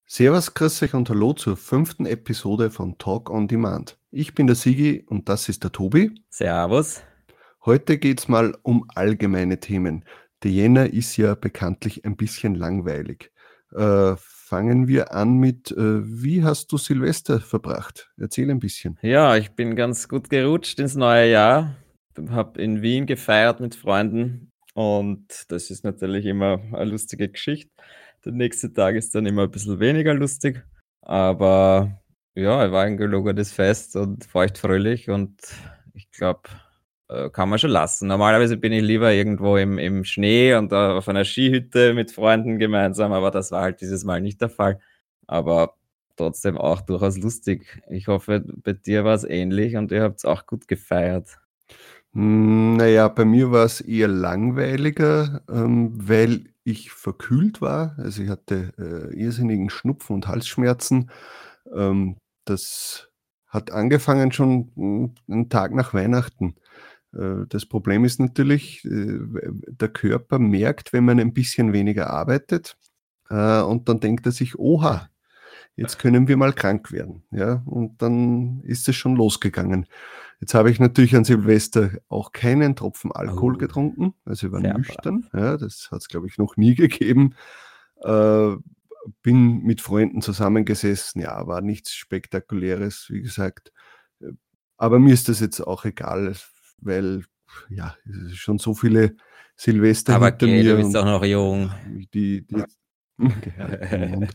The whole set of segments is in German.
Servus, grüß euch und hallo zur 5. Episode von Talk on Demand. Ich bin der Sigi und das ist der Tobi. Servus. Heute geht's mal um allgemeine Themen. Der Jänner ist ja bekanntlich ein bisschen langweilig. Fangen wir an mit, wie hast du Silvester verbracht? Erzähl ein bisschen. Ja, ich bin ganz gut gerutscht ins neue Jahr. Habe in Wien gefeiert mit Freunden und das ist natürlich immer eine lustige Geschichte. Der nächste Tag ist dann immer ein bisschen weniger lustig, aber ja, es war ein gelungenes Fest und feuchtfröhlich und ich glaube, kann man schon lassen. Normalerweise bin ich lieber irgendwo im Schnee und auf einer Skihütte mit Freunden gemeinsam, aber das war halt dieses Mal nicht der Fall. Aber trotzdem auch durchaus lustig. Ich hoffe, bei dir war es ähnlich und ihr habt es auch gut gefeiert. Naja, bei mir war es eher langweiliger, weil ich verkühlt war. Also ich hatte irrsinnigen Schnupfen und Halsschmerzen. Das hat angefangen schon 'n Tag nach Weihnachten. Das Problem ist natürlich, der Körper merkt, wenn man ein bisschen weniger arbeitet, und dann denkt er sich: „Oha, jetzt können wir mal krank werden." Ja, und dann ist es schon losgegangen. Jetzt habe ich natürlich an Silvester auch keinen Tropfen Alkohol Oh, getrunken, also ich war sehr brav. nüchtern. Ja, das hat es, glaube ich, noch nie gegeben. Äh, Bin mit Freunden zusammengesessen, ja, war nichts Spektakuläres, wie gesagt. Äh, aber mir ist das jetzt auch egal, weil, ja, es ist schon so viele Silvester Aber hinter geh, du mir bist und doch noch jung. die halt den Mund.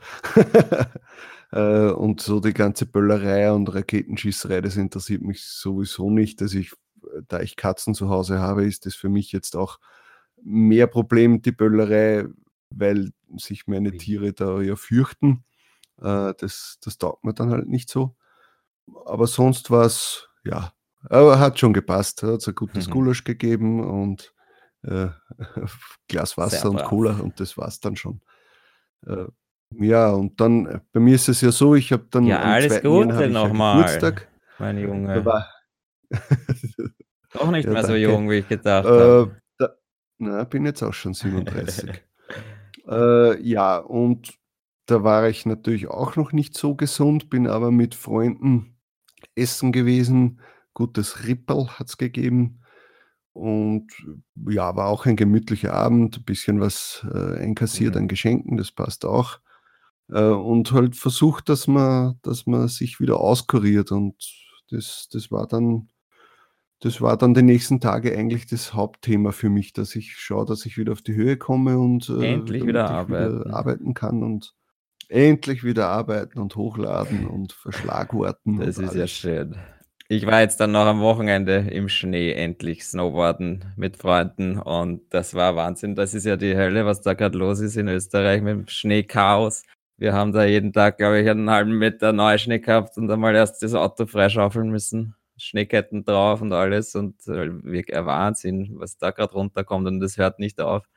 Und so die ganze Böllerei und Raketenschießerei, das interessiert mich sowieso nicht. Da ich Katzen zu Hause habe, ist das für mich jetzt auch mehr Problem, die Böllerei, weil sich meine Ui. Tiere da ja fürchten. Das taugt mir dann halt nicht so. Aber sonst war's, ja, aber hat schon gepasst. Hat's ein gutes Gulasch gegeben und äh, Glas Sehr Wasser und brav. Cola und das war's dann schon. Äh, ja, und dann bei mir ist es ja so, ich habe dann Ja, am alles 2. Jänner habe Gute ich ja nochmal, Geburtstag. mein Da Junge. war Doch nicht ja, mehr so danke. jung, wie ich gedacht Äh, habe. da bin jetzt auch schon 37. Ja, und da war ich natürlich auch noch nicht so gesund, bin aber mit Freunden essen gewesen. Gutes Ripperl hat's gegeben und ja, war auch ein gemütlicher Abend, bisschen was, einkassiert Mhm. an Geschenken, das passt auch. Und halt versucht, dass man sich wieder auskuriert und das war dann die nächsten Tage eigentlich das Hauptthema für mich, dass ich schaue, dass ich wieder auf die Höhe komme und, Endlich wieder damit ich wieder arbeiten. arbeiten kann und endlich wieder arbeiten und hochladen und verschlagworten Das und ist ja alles. schön. Ich war jetzt dann noch am Wochenende im Schnee endlich Snowboarden mit Freunden und das war Wahnsinn. Das ist ja die Hölle, was da gerade los ist in Österreich mit dem Schneechaos. Wir haben da jeden Tag, glaube ich, einen halben Meter Neuschnee gehabt und einmal erst das Auto freischaufeln müssen. Schneeketten drauf und alles und wirklich ein Wahnsinn, was da gerade runterkommt und das hört nicht auf.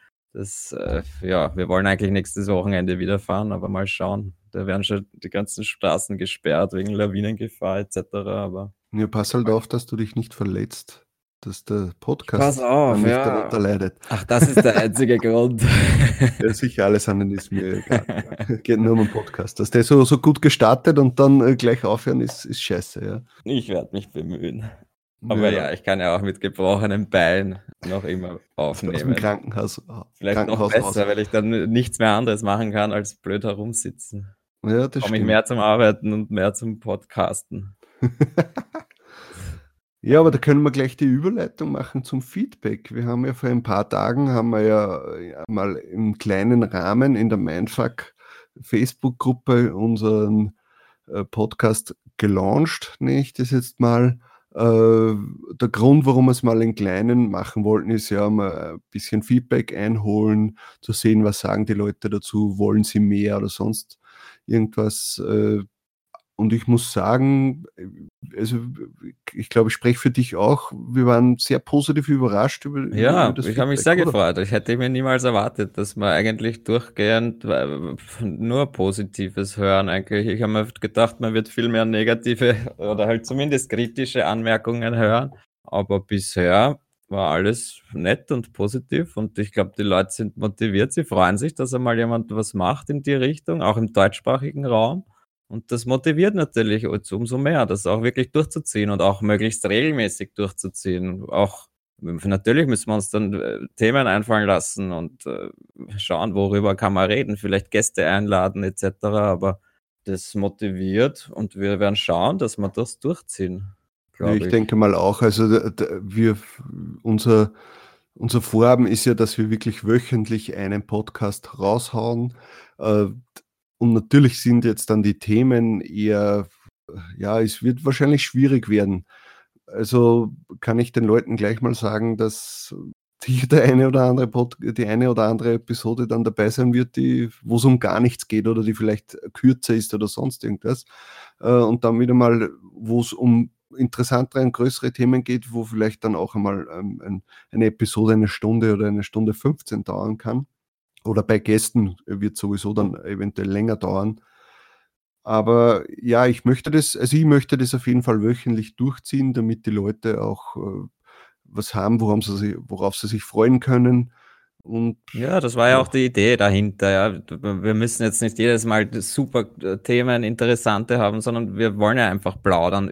Ja, wir wollen eigentlich nächstes Wochenende wieder fahren, aber mal schauen. Da werden schon die ganzen Straßen gesperrt wegen Lawinengefahr etc. Aber Ja, pass halt auf, dass du dich nicht verletzt, dass der ich pass Podcast dann auf, nicht darunter ja. leidet. Ach, das ist der einzige Grund. Ja, sicher, alles andere ist mir egal. Geht nur um 'n Podcast. Dass der so gut gestartet und dann, gleich aufhören ist scheiße, ja. Ich werde mich bemühen. Aber Ja, ja, ich kann ja auch mit gebrochenem Bein noch immer aus'm aufnehmen. Vielleicht noch Krankenhaus raus. besser, weil ich dann nichts mehr anderes machen kann, als blöd herumsitzen. Ja, das Komme ich stimmt. mehr zum Arbeiten und mehr zum Podcasten. Ja, aber da können wir gleich die Überleitung machen zum Feedback. Wir haben ja vor ein paar Tagen haben wir ja mal im kleinen Rahmen in der Mindfuck Facebook-Gruppe unseren, Podcast gelauncht, nenne ich das jetzt mal. Der Grund, warum wir es mal im Kleinen machen wollten, ist ja mal ein bisschen Feedback einholen, zu sehen, was sagen die Leute dazu, wollen sie mehr oder sonst irgendwas. Und ich muss sagen, also ich glaube, ich spreche für dich auch. Wir waren sehr positiv überrascht über Ja, das ich habe mich Feedback, sehr oder? gefreut. Ich hätte mir niemals erwartet, dass wir eigentlich durchgehend nur Positives hören eigentlich. Ich habe mir gedacht, man wird viel mehr negative oder halt zumindest kritische Anmerkungen hören. Aber bisher war alles nett und positiv und ich glaube, die Leute sind motiviert. Sie freuen sich, dass einmal jemand was macht in die Richtung, auch im deutschsprachigen Raum. Und das motiviert natürlich jetzt umso mehr, das auch wirklich durchzuziehen und auch möglichst regelmäßig durchzuziehen. Auch natürlich müssen wir uns dann Themen einfallen lassen und schauen, worüber kann man reden, vielleicht Gäste einladen etc. Aber das motiviert und wir werden schauen, dass wir das durchziehen, Ja, ich glaube ich. denke mal auch, also unser, unser Vorhaben ist ja, dass wir wirklich wöchentlich einen Podcast raushauen. Äh, und natürlich sind jetzt dann die Themen eher, ja, es wird wahrscheinlich schwierig werden. Also kann ich den Leuten gleich mal sagen, dass die eine oder andere Episode dann dabei sein wird, wo es um gar nichts geht oder die vielleicht kürzer ist oder sonst irgendwas. Und dann wieder mal, wo es um interessantere und größere Themen geht, wo vielleicht dann auch einmal eine Episode eine Stunde oder eine Stunde 15 dauern kann. Oder bei Gästen wird sowieso dann eventuell länger dauern. Aber ja, ich möchte das auf jeden Fall wöchentlich durchziehen, damit die Leute auch was haben, worauf sie sich freuen können. Und Ja, das war ja auch ja, die Idee dahinter, ja. Wir müssen jetzt nicht jedes Mal super Themen, interessante haben, sondern wir wollen ja einfach plaudern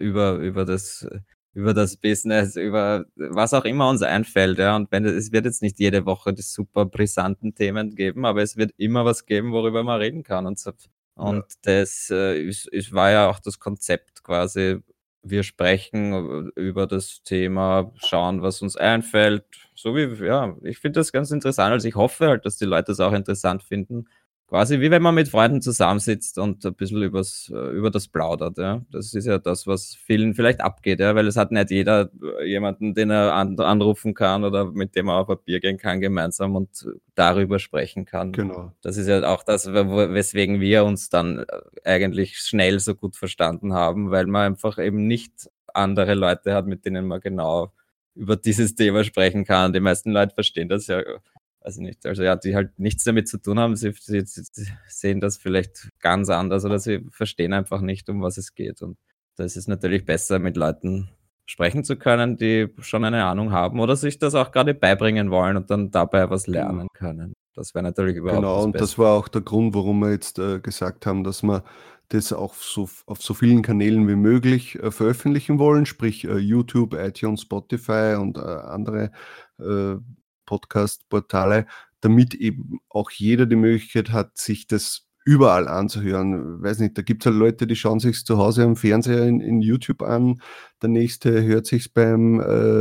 über das Business, über was auch immer uns einfällt, ja. Und es wird jetzt nicht jede Woche die super brisanten Themen geben, aber es wird immer was geben, worüber man reden kann. Und ja, das war ja auch das Konzept quasi. Wir sprechen über das Thema, schauen, was uns einfällt. So wie, ja, ich finde das ganz interessant. Also ich hoffe halt, dass die Leute das auch interessant finden. Quasi wie wenn man mit Freunden zusammensitzt und ein bisschen über das plaudert. Ja. Das ist ja das, was vielen vielleicht abgeht, ja, weil es hat nicht jeder jemanden, den er anrufen kann oder mit dem er auf ein Bier gehen kann gemeinsam und darüber sprechen kann. genau. Das ist ja auch das, weswegen wir uns dann eigentlich schnell so gut verstanden haben, weil man einfach eben nicht andere Leute hat, mit denen man genau über dieses Thema sprechen kann. Die meisten Leute verstehen das ja, weiß ich nicht, also ja, die halt nichts damit zu tun haben. Sie sehen das vielleicht ganz anders oder sie verstehen einfach nicht, um was es geht. Und da ist es natürlich besser, mit Leuten sprechen zu können, die schon eine Ahnung haben oder sich das auch gerade beibringen wollen und dann dabei was lernen Genau. können. Das wäre natürlich überhaupt Genau, das und das Beste. war auch der Grund, warum wir jetzt gesagt haben, dass wir das auch auf so vielen Kanälen wie möglich veröffentlichen wollen, sprich YouTube, iTunes, Spotify und andere äh, Podcast-Portale, damit eben auch jeder die Möglichkeit hat, sich das überall anzuhören. Weiß nicht, da gibt es halt Leute, die schauen sich zu Hause am Fernseher in YouTube an, der nächste hört sich beim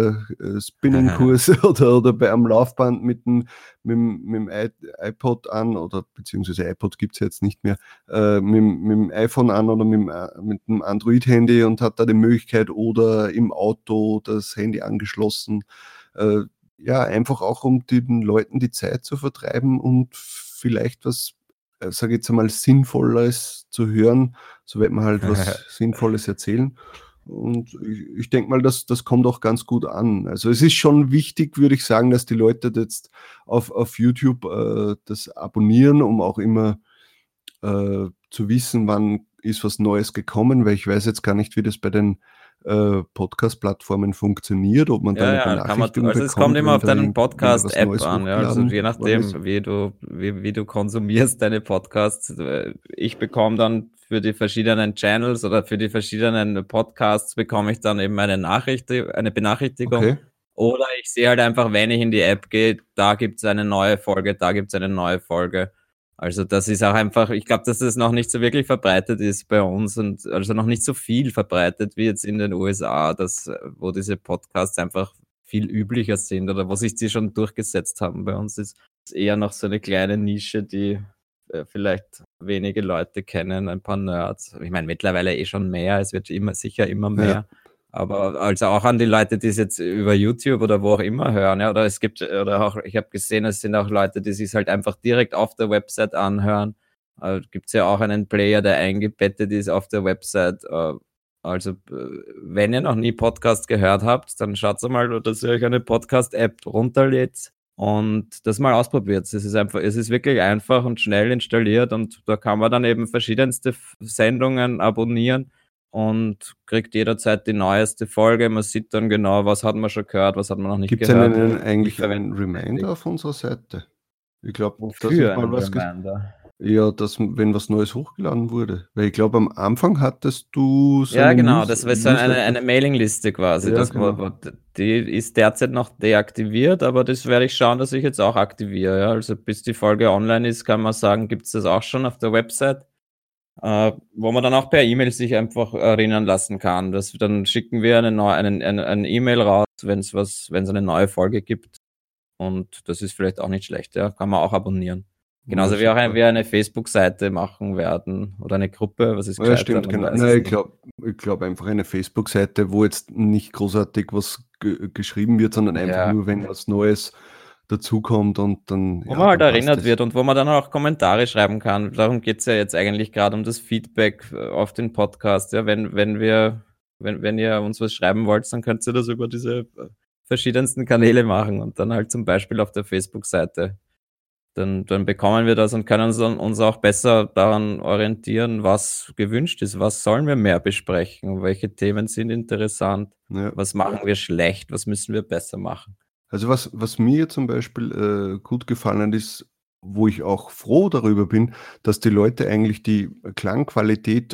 Spinningkurs oder beim Laufband mit dem iPod an oder beziehungsweise iPod gibt es jetzt nicht mehr, mit dem iPhone an oder mit dem Android-Handy und hat da die Möglichkeit oder im Auto das Handy angeschlossen. Äh, ja, einfach auch um den Leuten die Zeit zu vertreiben und vielleicht was, sage ich jetzt einmal, Sinnvolles zu hören, so wird man halt was Sinnvolles erzählen. Und ich denke mal, das kommt auch ganz gut an. Also es ist schon wichtig, würde ich sagen, dass die Leute jetzt auf YouTube das abonnieren, um auch immer zu wissen, wann ist was Neues gekommen, weil ich weiß jetzt gar nicht, wie das bei den Podcast-Plattformen funktioniert, ob man dann Ja, eine ja, kann man, Benachrichtigung also es kommt bekommt, immer wenn auf da deinen wieder was Podcast-App Neues an, ja, also je hochgeladen worden ist. nachdem, wie du konsumierst deine Podcasts. Ich bekomme dann für die verschiedenen Channels oder für die verschiedenen Podcasts bekomme ich dann eben eine Benachrichtigung. Okay, Oder ich sehe halt einfach, wenn ich in die App gehe, da gibt's eine neue Folge, da gibt's eine neue Folge. Also das ist auch einfach, ich glaube, dass das noch nicht so wirklich verbreitet ist bei uns und also noch nicht so viel verbreitet wie jetzt in den USA, wo diese Podcasts einfach viel üblicher sind oder wo sich die schon durchgesetzt haben. Bei uns ist es eher noch so eine kleine Nische, die vielleicht wenige Leute kennen, ein paar Nerds. Ich meine, mittlerweile eh schon mehr, es wird sicher immer ja, mehr. Aber also auch an die Leute, die es jetzt über YouTube oder wo auch immer hören, ja, oder es gibt, oder auch, ich habe gesehen, es sind auch Leute, die sich halt einfach direkt auf der Website anhören. Gibt es ja auch einen Player, der eingebettet ist auf der Website. Also, wenn ihr noch nie Podcast gehört habt, dann schaut mal, dass ihr euch eine Podcast-App runterlädt und das mal ausprobiert. Es ist wirklich einfach und schnell installiert und da kann man dann eben verschiedenste Sendungen abonnieren und kriegt jederzeit die neueste Folge. Man sieht dann genau, was hat man schon gehört, was hat man noch nicht Gibt es gehört. eigentlich einen Reminder auf unserer Seite? Ich glaube, das ist Wofür mal einen was. Reminder? Ja, wenn was Neues hochgeladen wurde. Weil ich glaube, am Anfang hattest du so Ja, eine genau, das war so Newsletter. eine Mailingliste quasi. Ja, genau. Die ist derzeit noch deaktiviert, aber das werde ich schauen, dass ich jetzt auch aktiviere. Ja. Also bis die Folge online ist, kann man sagen, gibt es das auch schon auf der Website, wo man dann auch per E-Mail sich einfach erinnern lassen kann. Dann schicken wir eine E-Mail raus, wenn es eine neue Folge gibt. Und das ist vielleicht auch nicht schlecht, ja. Kann man auch abonnieren. Ja, Genauso wie super. wir eine Facebook-Seite machen werden oder eine Gruppe, was ist Ja, gescheiter, stimmt, man genau. weiß es Nein, nicht. ich glaub einfach eine Facebook-Seite, wo jetzt nicht großartig was geschrieben wird, sondern einfach Ja. nur, wenn was Neues dazukommt und dann, Wo ja, man halt dann passt erinnert es. wird und wo man dann auch Kommentare schreiben kann. Darum geht es ja jetzt eigentlich gerade um das Feedback auf den Podcast. Ja, wenn ihr uns was schreiben wollt, dann könnt ihr das über diese verschiedensten Kanäle machen und dann halt zum Beispiel auf der Facebook-Seite. Dann bekommen wir das und können uns auch besser daran orientieren, was gewünscht ist. Was sollen wir mehr besprechen? Welche Themen sind interessant? Ja. Was machen wir schlecht? Was müssen wir besser machen? Also was mir zum Beispiel gut gefallen ist, wo ich auch froh darüber bin, dass die Leute eigentlich die Klangqualität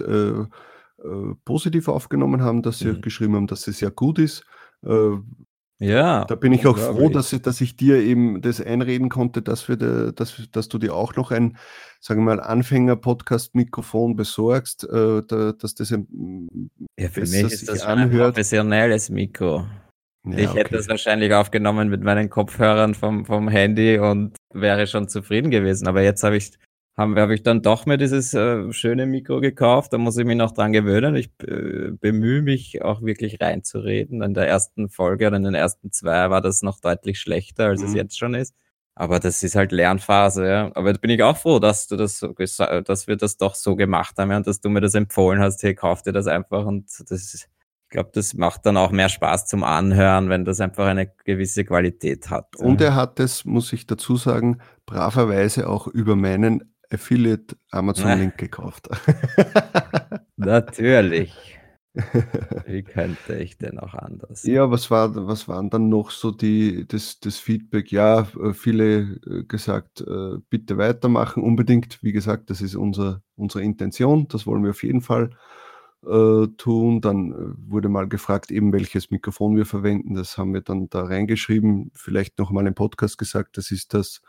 positiv aufgenommen haben, dass sie Mhm. geschrieben haben, dass sie sehr gut ist. Äh, Ja, Da bin ich auch froh, unglaublich. dass ich dir eben das einreden konnte, dass du dir auch noch ein, sagen wir mal, Anfänger-Podcast-Mikrofon besorgst, dass das Ja, für besser mich ist sich das schon ein anhört. professionelles Mikro. Ja, Ich hätte okay. das wahrscheinlich aufgenommen mit meinen Kopfhörern vom Handy und wäre schon zufrieden gewesen. Aber jetzt hab ich dann doch mir dieses schöne Mikro gekauft. Da muss ich mich noch dran gewöhnen. Ich bemühe mich auch wirklich reinzureden. In der ersten Folge oder in den ersten 2 war das noch deutlich schlechter, als es Mhm. jetzt schon ist. Aber das ist halt Lernphase, ja. Aber jetzt bin ich auch froh, dass dass wir das doch so gemacht haben, ja, und dass du mir das empfohlen hast. Hey, kauf dir das einfach und ich glaube, das macht dann auch mehr Spaß zum Anhören, wenn das einfach eine gewisse Qualität hat. Und er hat es, muss ich dazu sagen, braverweise auch über meinen Affiliate Amazon-Link gekauft. Natürlich. Wie könnte ich denn auch anders? Ja, was waren dann noch so das Feedback? Ja, viele gesagt, bitte weitermachen, unbedingt. Wie gesagt, das ist unsere Intention, das wollen wir auf jeden Fall tun. Dann wurde mal gefragt, eben welches Mikrofon wir verwenden. Das haben wir dann da reingeschrieben. Vielleicht noch mal im Podcast gesagt, das ist das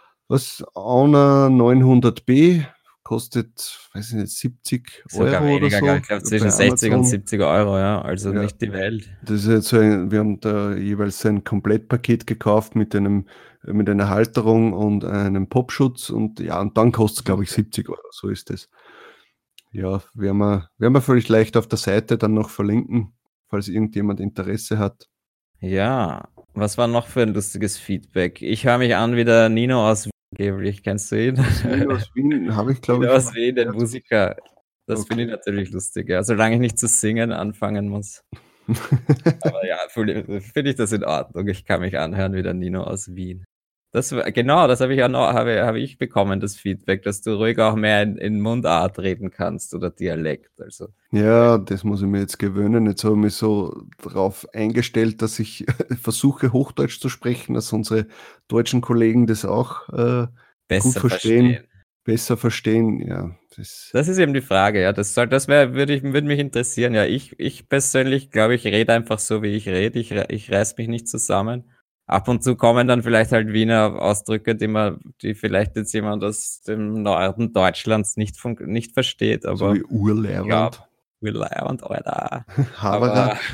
Honor 900B, kostet, weiß ich nicht, 70 Sogar Euro oder weniger, glaube so ich. Ich glaube bei zwischen 60 und Amazon. 70 Euro, ja. Also Ja, nicht die Welt. das ist jetzt so wir haben da jeweils ein Komplettpaket gekauft mit einer Halterung und einem Popschutz und ja, und dann kostet es, glaube ich, 70 Euro. So ist es. Ja, werden wir völlig leicht auf der Seite dann noch verlinken, falls irgendjemand Interesse hat. Ja, was war noch für ein lustiges Feedback? Ich höre mich an wie der Nino aus Wien, angeblich. Kennst du ihn? Das Nino aus Wien habe ich, glaube Nino ich, aus mal Wien, den gehört. Musiker. Das finde ich Okay. natürlich lustig, ja. Solange ich nicht zu singen anfangen muss. Aber ja, finde ich das in Ordnung. Ich kann mich anhören wie der Nino aus Wien. Genau, das habe ich auch noch, habe ich bekommen, das Feedback, dass du ruhig auch mehr in Mundart reden kannst oder Dialekt. Also, Ja, das muss ich mir jetzt gewöhnen. Jetzt habe ich mich so darauf eingestellt, dass ich versuche, Hochdeutsch zu sprechen, dass unsere deutschen Kollegen das auch gut besser verstehen, verstehen. besser verstehen. Ja, Das ist eben die Frage, ja. Würde mich interessieren. Ja, ich persönlich glaube, ich rede einfach so, wie ich rede. Ich reiß mich nicht zusammen. Ab und zu kommen dann vielleicht halt Wiener Ausdrücke, die vielleicht jetzt jemand aus dem Norden Deutschlands nicht versteht, so wie aber ich glaube, Urlehrwand, wir leiern, Alter. Aber, Havara.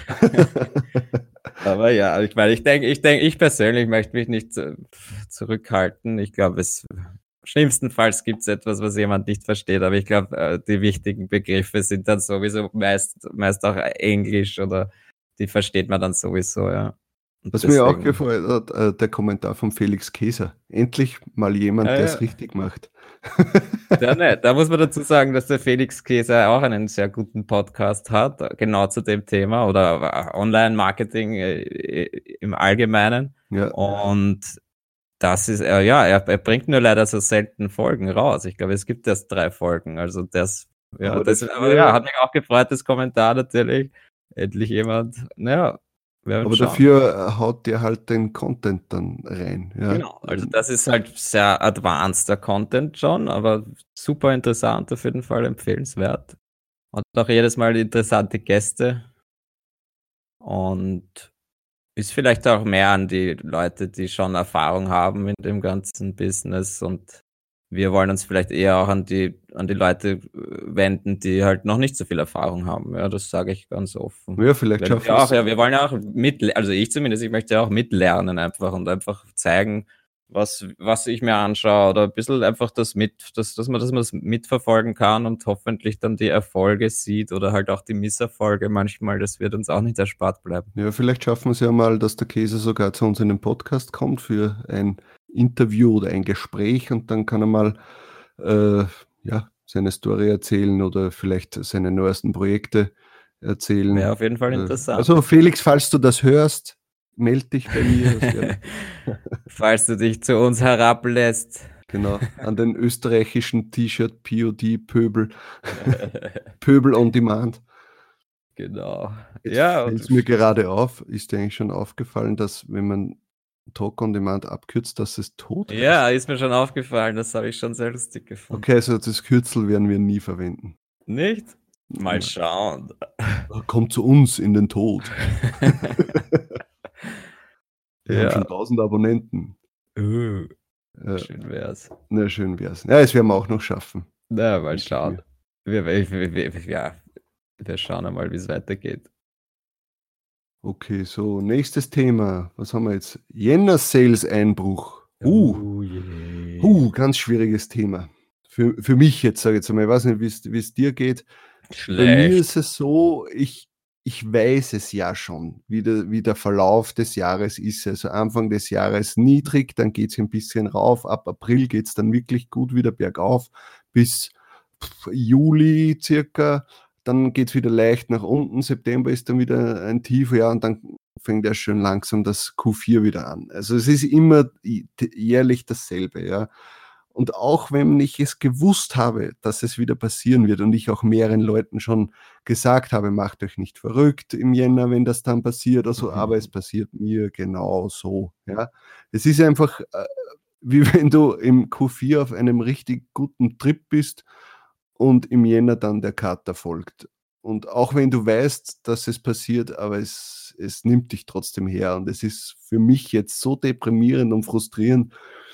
aber ja, ich meine, ich persönlich möchte mich nicht zurückhalten. Ich glaube, schlimmstenfalls gibt es etwas, was jemand nicht versteht, aber ich glaube, die wichtigen Begriffe sind dann sowieso meist auch Englisch oder die versteht man dann sowieso, ja. Und Was mir auch deswegen, gefallen hat, der Kommentar von Felix Käser. Endlich mal jemand, der es ja. richtig macht. Da muss man dazu sagen, dass der Felix Käser auch einen sehr guten Podcast hat, genau zu dem Thema oder Online-Marketing im Allgemeinen. Ja, Und das ist, ja, er bringt nur leider so selten Folgen raus. Ich glaube, es gibt erst 3 Folgen. Also Ja, Aber aber ja, dafür, hat mich auch gefreut, das Kommentar natürlich. Endlich jemand. Naja, werden aber schauen. dafür haut dir halt den Content dann rein. Ja. Genau, also das ist halt sehr advanceder Content schon, aber super interessant, auf jeden Fall empfehlenswert. Und auch jedes Mal interessante Gäste und ist vielleicht auch mehr an die Leute, die schon Erfahrung haben in dem ganzen Business, und wir wollen uns vielleicht eher auch an die Leute wenden, die halt noch nicht so viel Erfahrung haben. Ja, das sage ich ganz offen. Ja, vielleicht Weil schaffen wir wir auch, es. ja, wir wollen ja auch also ich zumindest, ich möchte ja auch mitlernen einfach und einfach zeigen, was ich mir anschaue, oder ein bisschen einfach dass man das mitverfolgen kann und hoffentlich dann die Erfolge sieht oder halt auch die Misserfolge manchmal. Das wird uns auch nicht erspart bleiben. Ja, vielleicht schaffen wir es ja mal, dass der Käse sogar zu uns in den Podcast kommt für ein Interview oder ein Gespräch, und dann kann er mal äh, ja, seine Story erzählen oder vielleicht seine neuesten Projekte Wäre erzählen. auf jeden Fall interessant. Also Felix, falls du das hörst, melde dich bei mir. Das wäre Falls du dich zu uns herablässt. genau an den österreichischen T-Shirt POD Pöbel, Pöbel on Demand. Genau. Jetzt Ja, fällt es mir gerade auf, ist dir eigentlich schon aufgefallen, dass wenn man Talk on Demand abkürzt, dass es tot heißt? ja, ist mir schon aufgefallen. Das habe ich schon sehr lustig gefunden. Okay, also das Kürzel werden wir nie verwenden. Nicht? Mal Na, schauen. kommt zu uns in den Tod. Wir haben Ja. schon 1000 Abonnenten. Uh, Äh, schön wär's. na, schön wär's. Ja, das werden wir auch noch schaffen, Na, mal denke ich schauen. mir. Ja, wir schauen einmal, wie es weitergeht. Okay, so, nächstes Thema. Was haben wir jetzt? Jänner-Sales-Einbruch. Oh je. Ganz schwieriges Thema. Für mich jetzt, sage ich jetzt einmal. Ich weiß nicht, wie es dir geht. Bei mir Schlecht. ist es so, ich weiß es ja schon, wie der Verlauf des Jahres ist. Also Anfang des Jahres niedrig, dann geht es ein bisschen rauf. Ab April geht es dann wirklich gut wieder bergauf bis Juli circa. Dann geht es wieder leicht nach unten. September ist dann wieder ein tiefer Jahr, und dann fängt ja schön langsam das Q4 wieder an. Also es ist immer jährlich dasselbe, ja. Und auch wenn ich es gewusst habe, dass es wieder passieren wird, und ich auch mehreren Leuten schon gesagt habe, macht euch nicht verrückt im Jänner, wenn das dann passiert, also, aber es passiert mir genau so. Ja. Es ist einfach, wie wenn du im Q4 auf einem richtig guten Trip bist und im Jänner dann der Kater folgt. Und auch wenn du weißt, dass es passiert, aber es nimmt dich trotzdem her. Und es ist für mich jetzt so deprimierend und frustrierend,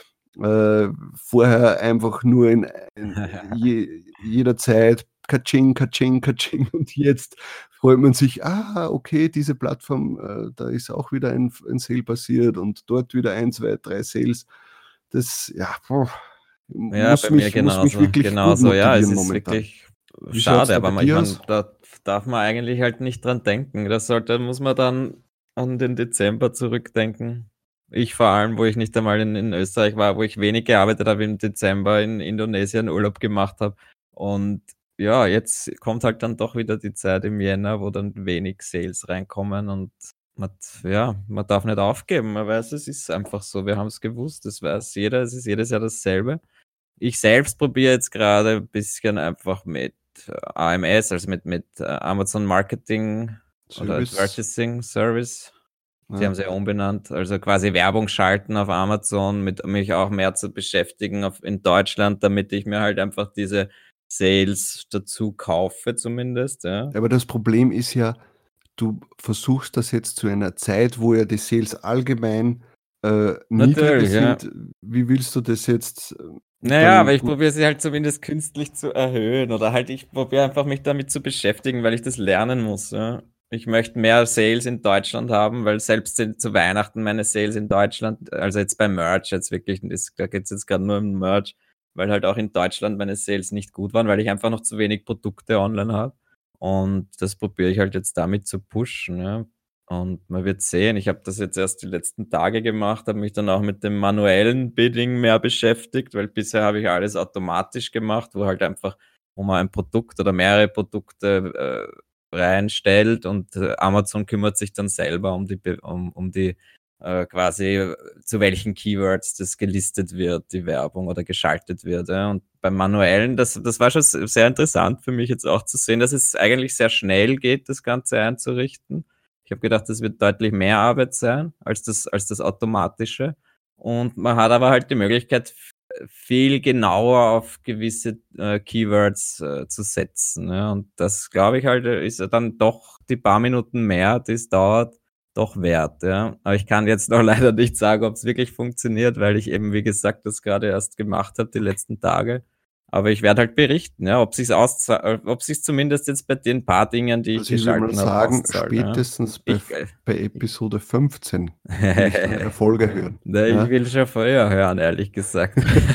vorher einfach nur in jeder Zeit Katsching, Katsching, Katsching, und jetzt freut man sich, okay, diese Plattform, da ist auch wieder ein Sale passiert und dort wieder 1, 2, 3 Sales. Das, ja, Ja, bei mir muss mich genauso. wirklich gut Genauso. Ja, es motivieren ist momentan. wirklich Wie schaut's schade, da bei aber ich dir meine, aus? da darf man eigentlich halt nicht dran denken. Muss man dann an den Dezember zurückdenken. Ich vor allem, wo ich nicht einmal in Österreich war, wo ich wenig gearbeitet habe im Dezember, in Indonesien Urlaub gemacht habe. Und ja, jetzt kommt halt dann doch wieder die Zeit im Jänner, wo dann wenig Sales reinkommen, und man darf nicht aufgeben. Man weiß, es ist einfach so. Wir haben es gewusst, das weiß jeder, es ist jedes Jahr dasselbe. Ich selbst probiere jetzt gerade ein bisschen einfach mit AMS, also mit Amazon Marketing oder Service? Advertising Service. Die haben Ja. sie ja umbenannt. Also quasi Werbung schalten auf Amazon, mit mich auch mehr zu beschäftigen in Deutschland, damit ich mir halt einfach diese Sales dazu kaufe zumindest. Ja. Aber das Problem ist ja, du versuchst das jetzt zu einer Zeit, wo ja die Sales allgemein niedriger Natürlich, ja. sind. Wie willst du das jetzt Naja, aber dann ich gut? probiere sie halt zumindest künstlich zu erhöhen, oder halt ich probiere einfach mich damit zu beschäftigen, weil ich das lernen muss. Ja. Ich möchte mehr Sales in Deutschland haben, weil selbst zu Weihnachten meine Sales in Deutschland, also jetzt bei Merch, jetzt wirklich, da geht es jetzt gerade nur um Merch, weil halt auch in Deutschland meine Sales nicht gut waren, weil ich einfach noch zu wenig Produkte online habe. Und das probiere ich halt jetzt damit zu pushen. Ja. Und man wird sehen, ich habe das jetzt erst die letzten Tage gemacht, habe mich dann auch mit dem manuellen Bidding mehr beschäftigt, weil bisher habe ich alles automatisch gemacht, wo man ein Produkt oder mehrere Produkte reinstellt, und Amazon kümmert sich dann selber um die quasi zu welchen Keywords das gelistet wird, die Werbung oder geschaltet wird. Ja. Und beim Manuellen, das war schon sehr interessant für mich jetzt auch zu sehen, dass es eigentlich sehr schnell geht, das Ganze einzurichten. Ich habe gedacht, das wird deutlich mehr Arbeit sein als das Automatische. Und man hat aber halt die Möglichkeit, viel genauer auf gewisse Keywords zu setzen. Ja. Und das, glaube ich, halt, ist dann doch die paar Minuten mehr, die es dauert, doch wert. Ja. Aber ich kann jetzt noch leider nicht sagen, ob es wirklich funktioniert, weil ich eben, wie gesagt, das gerade erst gemacht habe, die letzten Tage. Aber ich werde halt berichten, ja, ob sich's zumindest jetzt bei den paar Dingen, die ich Also ich würde mal geschalten habe, sagen, auszahlt. Ja. spätestens bei Episode 15 will ich von einer Ich Folge hören. Na, ich Ja? will schon früher hören, ehrlich gesagt.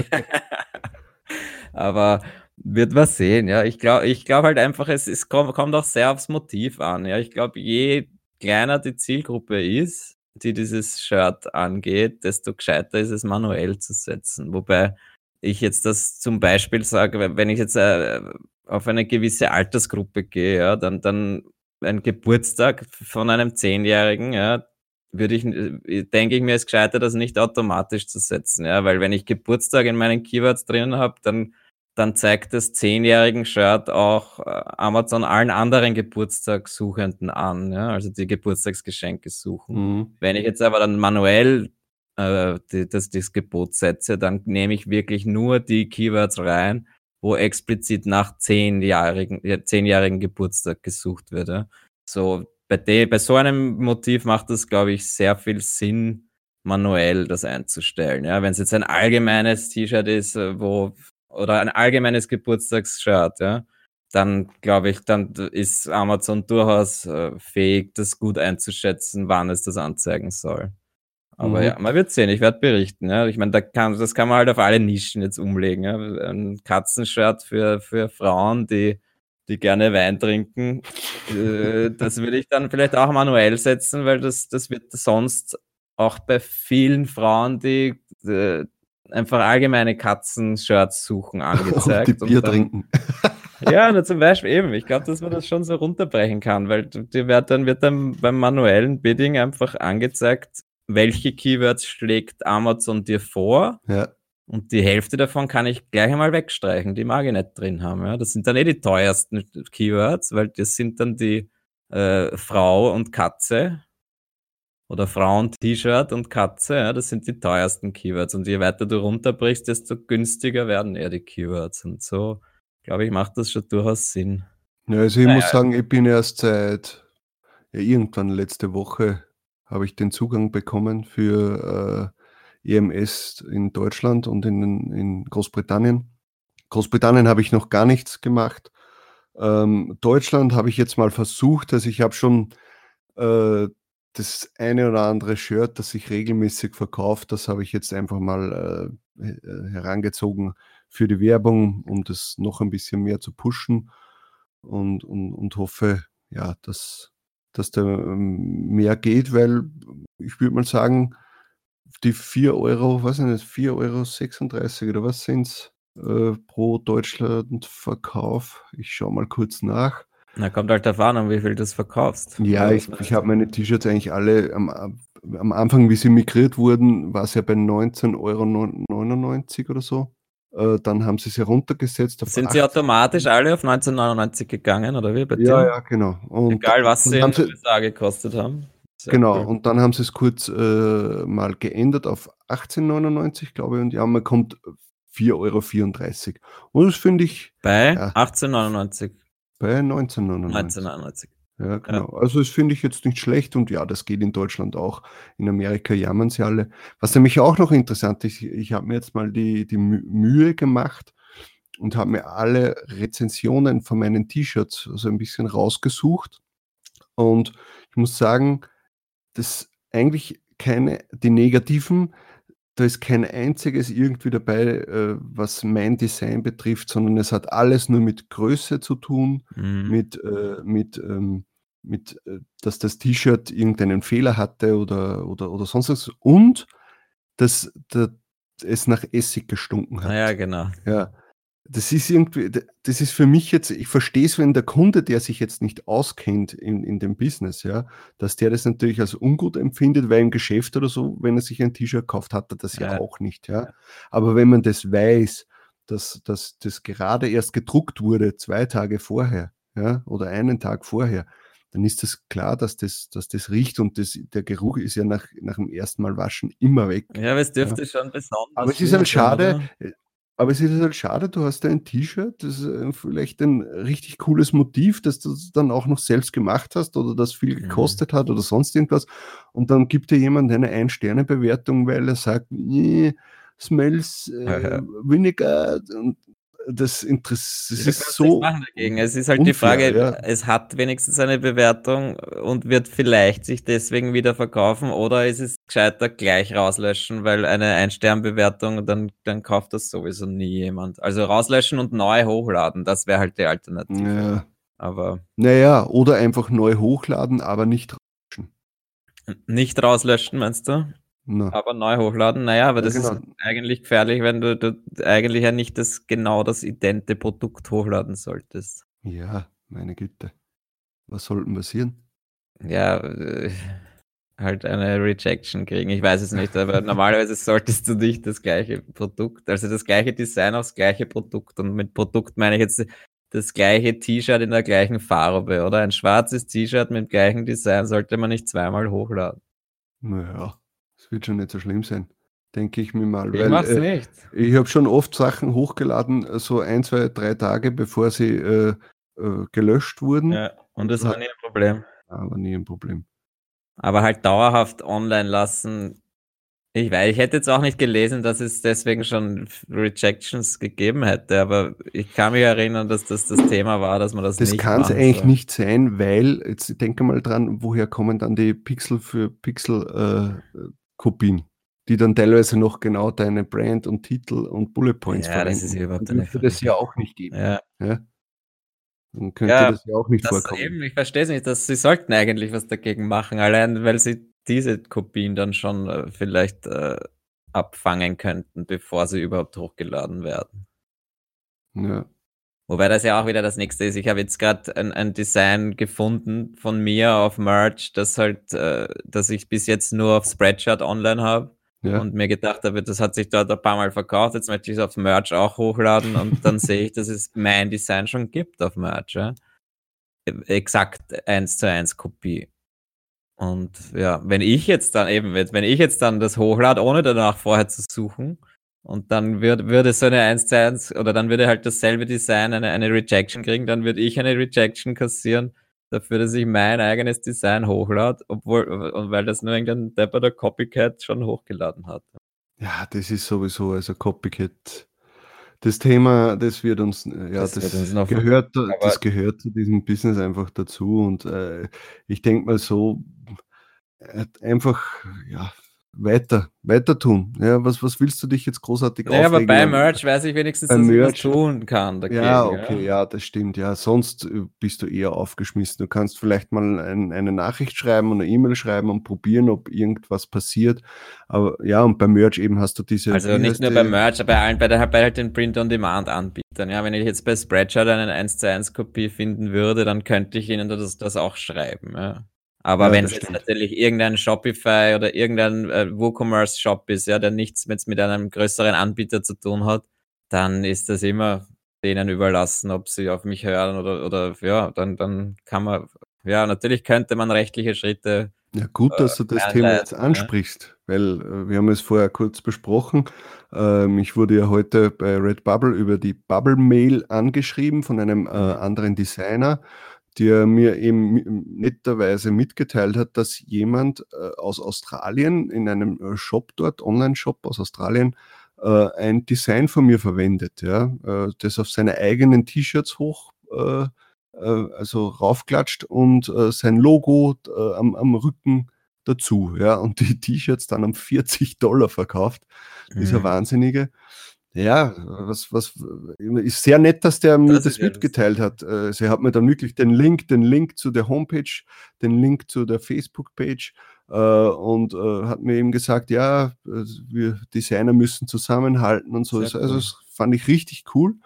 Aber wird man sehen, ja. Ich glaub halt einfach, es kommt auch sehr aufs Motiv an, ja. Ich glaube, je kleiner die Zielgruppe ist, die dieses Shirt angeht, desto gescheiter ist es, manuell zu setzen. Wobei ich jetzt das zum Beispiel sage, wenn ich jetzt auf eine gewisse Altersgruppe gehe, ja, dann ein Geburtstag von einem 10-Jährigen, ja, denke ich mir, ist gescheiter, das nicht automatisch zu setzen, ja, weil wenn ich Geburtstag in meinen Keywords drin habe, dann zeigt das 10-jährigen Shirt auch Amazon allen anderen Geburtstagssuchenden an, ja, also die Geburtstagsgeschenke suchen. Mhm. Wenn ich jetzt aber dann manuell das Gebot setze, dann nehme ich wirklich nur die Keywords rein, wo explizit nach 10-jährigen Geburtstag gesucht wird. Ja. So, bei so einem Motiv macht es, glaube ich, sehr viel Sinn, manuell das einzustellen. Ja, wenn es jetzt ein allgemeines T-Shirt ist, oder ein allgemeines Geburtstagsshirt, ja, dann glaube ich, dann ist Amazon durchaus fähig, das gut einzuschätzen, wann es das anzeigen soll. Aber ja, Mhm. man wird sehen, ich werde berichten. Ja. Ich meine, das kann man halt auf alle Nischen jetzt umlegen. Ja. Ein Katzenshirt für Frauen, die gerne Wein trinken, das würde ich dann vielleicht auch manuell setzen, weil das wird sonst auch bei vielen Frauen, die einfach allgemeine Katzenshirts suchen, Und die angezeigt. Bier Und dann, trinken. ja, nur zum Beispiel eben. Ich glaube, dass man das schon so runterbrechen kann, weil wird dann beim manuellen Bidding einfach angezeigt, welche Keywords schlägt Amazon dir vor. Ja. Und die Hälfte davon kann ich gleich einmal wegstreichen, die mag ich nicht drin haben. Ja. Das sind dann die teuersten Keywords, weil das sind dann die Frau und Katze oder Frauen-T-Shirt und Katze. Ja. Das sind die teuersten Keywords. Und je weiter du runterbrichst, desto günstiger werden die Keywords. Und so, glaube ich, macht das schon durchaus Sinn. Ja, also ich muss Naja, sagen, ich bin erst seit irgendwann letzte Woche habe ich den Zugang bekommen für EMS in Deutschland und in Großbritannien. Großbritannien habe ich noch gar nichts gemacht. Deutschland habe ich jetzt mal versucht, also ich habe schon das eine oder andere Shirt, das sich regelmäßig verkauft, das habe ich jetzt einfach mal herangezogen für die Werbung, um das noch ein bisschen mehr zu pushen und hoffe, ja, dass da mehr geht, weil ich würde mal sagen, die 4 Euro, weiß ich nicht, 4,36 € oder was sind's, pro Deutschlandverkauf? Ich schaue mal kurz nach. na, kommt halt davon an, wie viel du das verkaufst. Ja, Oder ich was meinst ich habe meine T-Shirts eigentlich alle am Anfang, wie sie migriert wurden, war es ja bei 19,99 € oder so. Dann haben sie es ja runtergesetzt auf Sind sie 18. automatisch alle auf 1999 gegangen oder wie bei Ja, dir? ja, genau. Und Egal, was sie dann haben in den sie USA gekostet haben. Sehr genau, cool. und dann haben sie es kurz mal geändert auf 18,99 €, glaube ich, und ja, man kommt 4,34 € Und das finde ich, Bei ja, 18,99, bei 19,99 €. 19,99. Ja, Ja. genau. Also, das finde ich jetzt nicht schlecht und ja, das geht in Deutschland auch. In Amerika jammern sie alle. Was nämlich auch noch interessant ist, ich habe mir jetzt mal die Mühe gemacht und habe mir alle Rezensionen von meinen T-Shirts so ein bisschen rausgesucht und ich muss sagen, dass eigentlich die negativen, da ist kein einziges irgendwie dabei, was mein Design betrifft, sondern es hat alles nur mit Größe zu tun, Mhm. mit, dass das T-Shirt irgendeinen Fehler hatte oder sonst was und dass es nach Essig gestunken Ah ja, hat. genau. Ja. Das ist irgendwie, das ist für mich jetzt, ich verstehe es, wenn der Kunde, der sich jetzt nicht auskennt in dem Business, ja, dass der das natürlich als ungut empfindet, weil im Geschäft oder so, wenn er sich ein T-Shirt kauft, hat er das ja Ja, auch nicht, ja. Aber wenn man das weiß, dass das gerade erst gedruckt wurde, 2 Tage vorher, ja, oder einen Tag vorher, dann ist das klar, dass das riecht und der Geruch ist ja nach dem ersten Mal waschen immer weg. ja, aber es Ja. dürfte schon Aber besonders es ist halt schön sein, schade, oder? du hast da ein T-Shirt, das ist vielleicht ein richtig cooles Motiv, das du dann auch noch selbst gemacht hast oder das viel Mhm. gekostet hat oder sonst irgendwas. Und dann gibt dir jemand eine Ein-Sterne-Bewertung, weil er sagt, nee, smells vinegar. Und das Du ist kannst nichts so machen dagegen. Es ist halt die unfair, Frage, ja. es hat wenigstens eine Bewertung und wird vielleicht sich deswegen wieder verkaufen, oder ist es gescheiter gleich rauslöschen, weil eine Ein-Stern-Bewertung, dann kauft das sowieso nie jemand. Also rauslöschen und neu hochladen, das wäre halt die Alternative. Ja. Aber Naja, oder einfach neu hochladen, aber nicht rauschen. nicht rauslöschen, meinst du? Na, Aber neu hochladen, naja, aber ja, das ist genau. eigentlich gefährlich, wenn du eigentlich ja nicht genau das idente Produkt hochladen solltest. Ja, meine Güte. Was soll denn passieren? Ja, halt eine Rejection kriegen. Ich weiß es nicht, aber normalerweise solltest du nicht das gleiche Produkt, also das gleiche Design aufs gleiche Produkt. Und mit Produkt meine ich jetzt das gleiche T-Shirt in der gleichen Farbe, oder? Ein schwarzes T-Shirt mit dem gleichen Design sollte man nicht zweimal hochladen. Naja, es wird schon nicht so schlimm sein, denke ich mir mal, Ich weil mach's nicht. ich habe schon oft Sachen hochgeladen, so 1, 2, 3 Tage, bevor sie gelöscht wurden. Ja, und Und das das war hat nie ein Problem. aber nie ein Problem. Aber halt dauerhaft online lassen. Ich weiß, ich hätte jetzt auch nicht gelesen, dass es deswegen schon Rejections gegeben hätte, aber ich kann mich erinnern, dass das Thema war, dass man das Das nicht kann es machen eigentlich soll. nicht sein, weil, jetzt denke mal dran, woher kommen dann die Pixel für Pixel Kopien, die dann teilweise noch genau deine Brand und Titel und Bullet Points Ja, das ist verwenden. ja Dann überhaupt eine dürfte das Frage. ja auch nicht geben. Ja, Ja? Dann könnte ja, das ja auch nicht das vorkommen. eben, ich verstehe es nicht, dass sie sollten eigentlich was dagegen machen, allein weil sie diese Kopien dann schon vielleicht abfangen könnten, bevor sie überhaupt hochgeladen werden. Ja. Wobei das ja auch wieder das nächste ist. Ich habe jetzt gerade ein Design gefunden von mir auf Merch, das halt, dass ich bis jetzt nur auf Spreadshirt online habe Ja. und mir gedacht habe, das hat sich dort ein paar Mal verkauft, jetzt möchte ich es auf Merch auch hochladen und dann sehe ich, dass es mein Design schon gibt auf Merch. Ja? Exakt 1:1 Kopie. Und ja, wenn ich jetzt dann das hochlade, ohne danach vorher zu suchen, und dann würde so eine 1:1 oder dann würde halt dasselbe Design eine Rejection kriegen, dann würde ich eine Rejection kassieren dafür, dass ich mein eigenes Design hochlade, und weil das nur irgendein depperter Copycat schon hochgeladen hat. Ja, das ist sowieso, also Copycat. Das Thema, das wird uns, ja, Das wird uns noch ver aber das gehört zu diesem Business einfach dazu. Und ich denke mal so, einfach, ja, weiter tun. Ja, was willst du dich jetzt großartig naja, aber bei aufregen Merch weiß ich wenigstens, beim dass ich was Merch? tun kann Ja, dagegen, okay, ja. ja, das stimmt. Ja, sonst bist du eher aufgeschmissen. Du kannst vielleicht mal eine Nachricht schreiben oder eine E-Mail schreiben und probieren, ob irgendwas passiert. Aber ja, und beim Merch eben hast du diese, Also wie nicht heißt nur bei die? Merch, bei allen, bei halt den Print-on-Demand-Anbietern. Ja, wenn ich jetzt bei Spreadshirt eine 1:1 Kopie finden würde, dann könnte ich Ihnen das auch schreiben. Ja. Aber Ja, wenn das es jetzt stimmt. natürlich irgendein Shopify oder irgendein WooCommerce-Shop ist, ja, der nichts mit einem größeren Anbieter zu tun hat, dann ist das immer denen überlassen, ob sie auf mich hören oder ja, dann kann man, ja, natürlich könnte man rechtliche Schritte Ja, gut, dass du das Thema jetzt einleiten. Ja. ansprichst, weil wir haben es vorher kurz besprochen. Ich wurde ja heute bei Redbubble über die Bubble Mail angeschrieben von einem Mhm. anderen Designer, der mir eben netterweise mitgeteilt hat, dass jemand aus Australien in einem Shop dort, Online-Shop aus Australien, ein Design von mir verwendet, ja, das auf seine eigenen T-Shirts also raufklatscht und sein Logo am Rücken dazu, ja, und die T-Shirts dann um $40 verkauft, dieser Mhm. Wahnsinnige. Ja, ist sehr nett, dass der mir Das ist das ja lustig. mitgeteilt hat. Sie hat mir dann wirklich den Link zu der Homepage, den Link zu der Facebook-Page und hat mir eben gesagt, ja, wir Designer müssen zusammenhalten und so. Sehr Also cool. das fand ich richtig cool.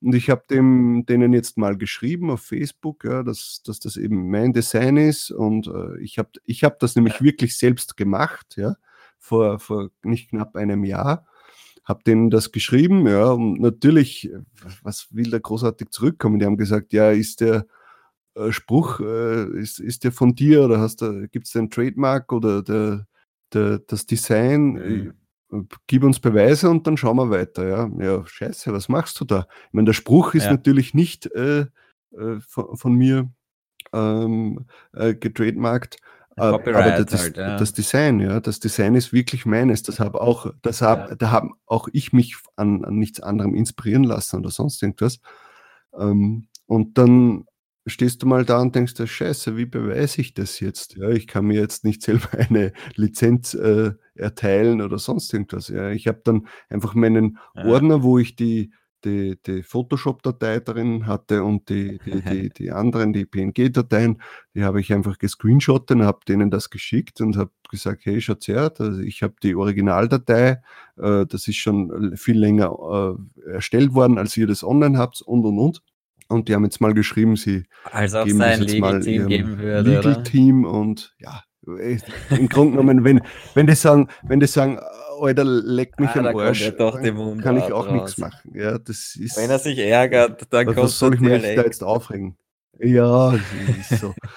Und ich habe denen jetzt mal geschrieben auf Facebook, ja, dass das eben mein Design ist. Und ich hab das nämlich wirklich selbst gemacht, ja, vor nicht knapp einem Jahr. Habe denen das geschrieben, ja, und natürlich, was will da großartig zurückkommen? Die haben gesagt, ja, ist der Spruch, ist der von dir oder gibt es den Trademark oder das Design? Gib uns Beweise und dann schauen wir weiter. Ja, ja, scheiße, was machst du da? Ich meine, der Spruch ist natürlich nicht von mir getrademarkt, aber das Design, ja, das Design ist wirklich meines. Da haben auch ich mich an nichts anderem inspirieren lassen oder sonst irgendwas. Und dann stehst du mal da und denkst dir, scheiße, wie beweise ich das jetzt? Ja, ich kann mir jetzt nicht selber eine Lizenz erteilen oder sonst irgendwas. Ja, ich habe dann einfach meinen Ordner, wo ich die Photoshop-Datei drin hatte und die anderen, die PNG-Dateien, die habe ich einfach gescreenshottet und habe denen das geschickt und habe gesagt, hey, schaut's her, ich habe die Originaldatei, das ist schon viel länger erstellt worden, als ihr das online habt und. Und die haben jetzt mal geschrieben, sie geben das jetzt mal ihrem Legal-Team und ja, im Grunde genommen, wenn die sagen, Alter, leck mich am Arsch, dann kann ich auch nichts machen. Ja, das ist, wenn er sich ärgert, dann kommt was soll ich mich da jetzt aufregen? Ja, das ist so.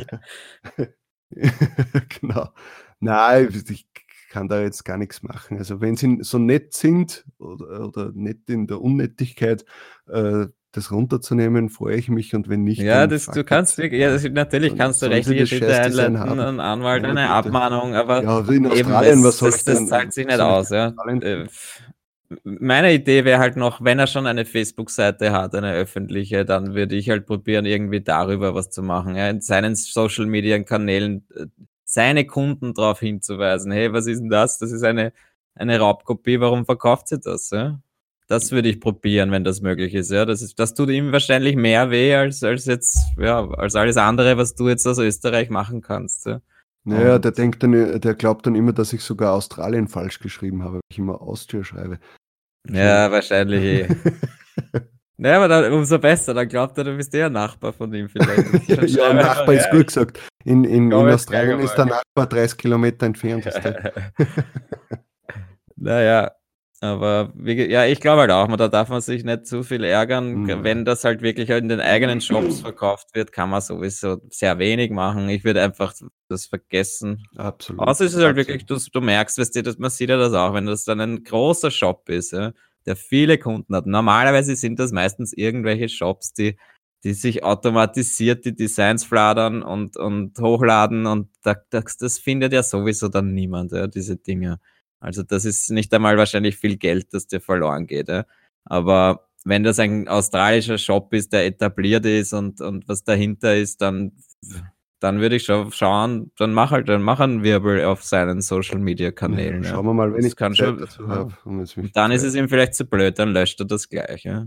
Genau. Nein, ich kann da jetzt gar nichts machen. Also wenn sie so nett sind oder nett in der Unnettigkeit, das runterzunehmen, freue ich mich, und wenn nicht, ja, dann du kannst wirklich, ja, natürlich kannst du rechtliche Schritte einleiten, einen Anwalt, eine Abmahnung, aber ja, in Australien, was soll ich das zahlt sich nicht aus. Ja. Meine Idee wäre halt noch, wenn er schon eine Facebook-Seite hat, eine öffentliche, dann würde ich halt probieren, irgendwie darüber was zu machen, ja, in seinen Social-Media-Kanälen seine Kunden darauf hinzuweisen, hey, was ist denn das? Das ist eine Raubkopie, warum verkauft sie das? Ja? Das würde ich probieren, wenn das möglich ist. Ja, das tut ihm wahrscheinlich mehr weh als jetzt, ja, als alles andere, was du jetzt aus Österreich machen kannst. Ja. Naja, der glaubt dann immer, dass ich sogar Australien falsch geschrieben habe, weil ich immer Austria schreibe. Ja, wahrscheinlich Naja, aber dann, umso besser, dann glaubt er, du bist eher Nachbar von ihm vielleicht. Ja, Nachbar ist gut gesagt. In Australien ist der Nachbar 30 Kilometer entfernt. Naja, aber ich glaube halt auch, da darf man sich nicht zu viel ärgern. Wenn das halt wirklich in den eigenen Shops verkauft wird, kann man sowieso sehr wenig machen. Ich würde einfach das vergessen. Absolut. Außer es ist halt wirklich, du merkst, man sieht ja das auch, wenn das dann ein großer Shop ist, ja, der viele Kunden hat. Normalerweise sind das meistens irgendwelche Shops, die sich automatisiert die Designs fladern und hochladen, und das findet ja sowieso dann niemand, ja, diese Dinge. Also das ist nicht einmal wahrscheinlich viel Geld, das dir verloren geht. Ja. Aber wenn das ein australischer Shop ist, der etabliert ist und was dahinter ist, dann würde ich schon schauen, dann mach einen Wirbel auf seinen Social-Media-Kanälen. Ja, schauen wir mal, wenn das ich Zeit dazu habe. Und dann ist es ihm vielleicht zu blöd, dann löscht er das gleich. Ja,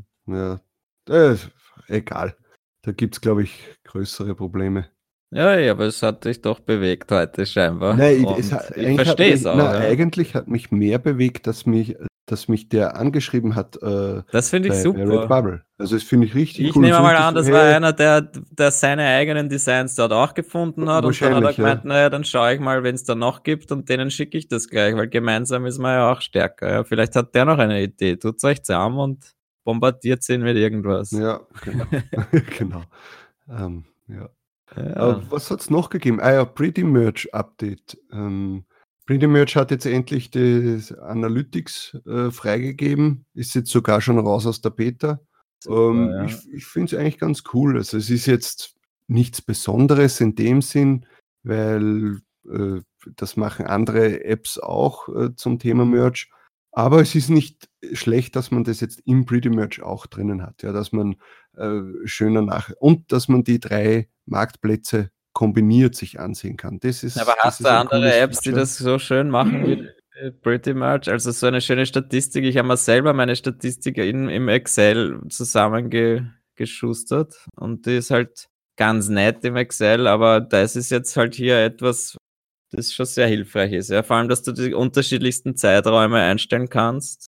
egal. Da gibt es, glaube ich, größere Probleme. Ja, aber es hat dich doch bewegt heute scheinbar. Nein, ich verstehe es auch. Eigentlich hat mich mehr bewegt, dass mich der angeschrieben hat. Das finde ich super. Bei Redbubble. Also das finde ich richtig cool. Ich nehme mal an, das war einer, der seine eigenen Designs dort auch gefunden hat, und dann hat er gemeint, naja, dann schaue ich mal, wenn es da noch gibt, und denen schicke ich das gleich, weil gemeinsam ist man ja auch stärker. Ja. Vielleicht hat der noch eine Idee. Tut's euch zusammen und bombardiert ihn mit irgendwas. Ja, genau. Genau. Ja. Was hat es noch gegeben? Pretty Merch Update. Pretty Merch hat jetzt endlich das Analytics freigegeben, ist jetzt sogar schon raus aus der Beta. Super, ich finde es eigentlich ganz cool. Also es ist jetzt nichts Besonderes in dem Sinn, weil das machen andere Apps auch zum Thema Merch. Aber es ist nicht schlecht, dass man das jetzt im Pretty Merch auch drinnen hat, ja, dass man schöner und dass man die 3 Marktplätze kombiniert sich ansehen kann. Aber hast du andere Apps, die das so schön machen wie Pretty Merch? Also so eine schöne Statistik. Ich habe mir selber meine Statistik im Excel zusammengeschustert, und die ist halt ganz nett im Excel, aber das ist jetzt halt hier etwas, das schon sehr hilfreich ist. Ja, vor allem, dass du die unterschiedlichsten Zeiträume einstellen kannst.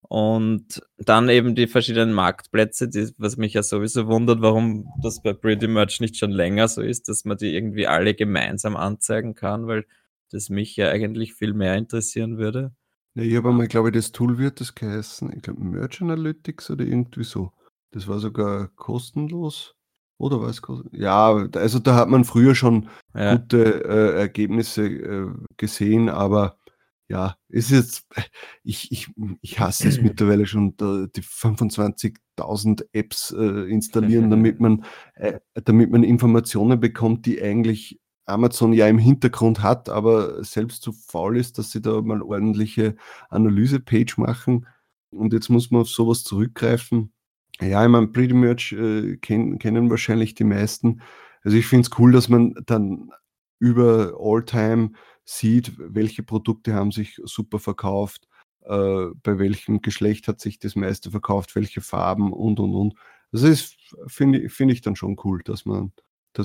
Und dann eben die verschiedenen Marktplätze, was mich ja sowieso wundert, warum das bei Pretty Merch nicht schon länger so ist, dass man die irgendwie alle gemeinsam anzeigen kann, weil das mich ja eigentlich viel mehr interessieren würde. Ja, ich habe einmal, glaube ich, das Tool wird das geheißen, ich glaube Merch Analytics oder irgendwie so. Das war sogar kostenlos oder war es kostenlos? Ja, also da hat man früher schon Ja, gute Ergebnisse gesehen, aber ja, ist jetzt, ich hasse es mittlerweile schon, die 25.000 Apps installieren, damit man Informationen bekommt, die eigentlich Amazon ja im Hintergrund hat, aber selbst zu faul ist, dass sie da mal ordentliche Analyse-Page machen. Und jetzt muss man auf sowas zurückgreifen. Ja, ich meine, Pretty Merch kennen wahrscheinlich die meisten. Also ich finde es cool, dass man dann über All-Time sieht, welche Produkte haben sich super verkauft, bei welchem Geschlecht hat sich das meiste verkauft, welche Farben und. Das ist, finde ich dann schon cool, dass man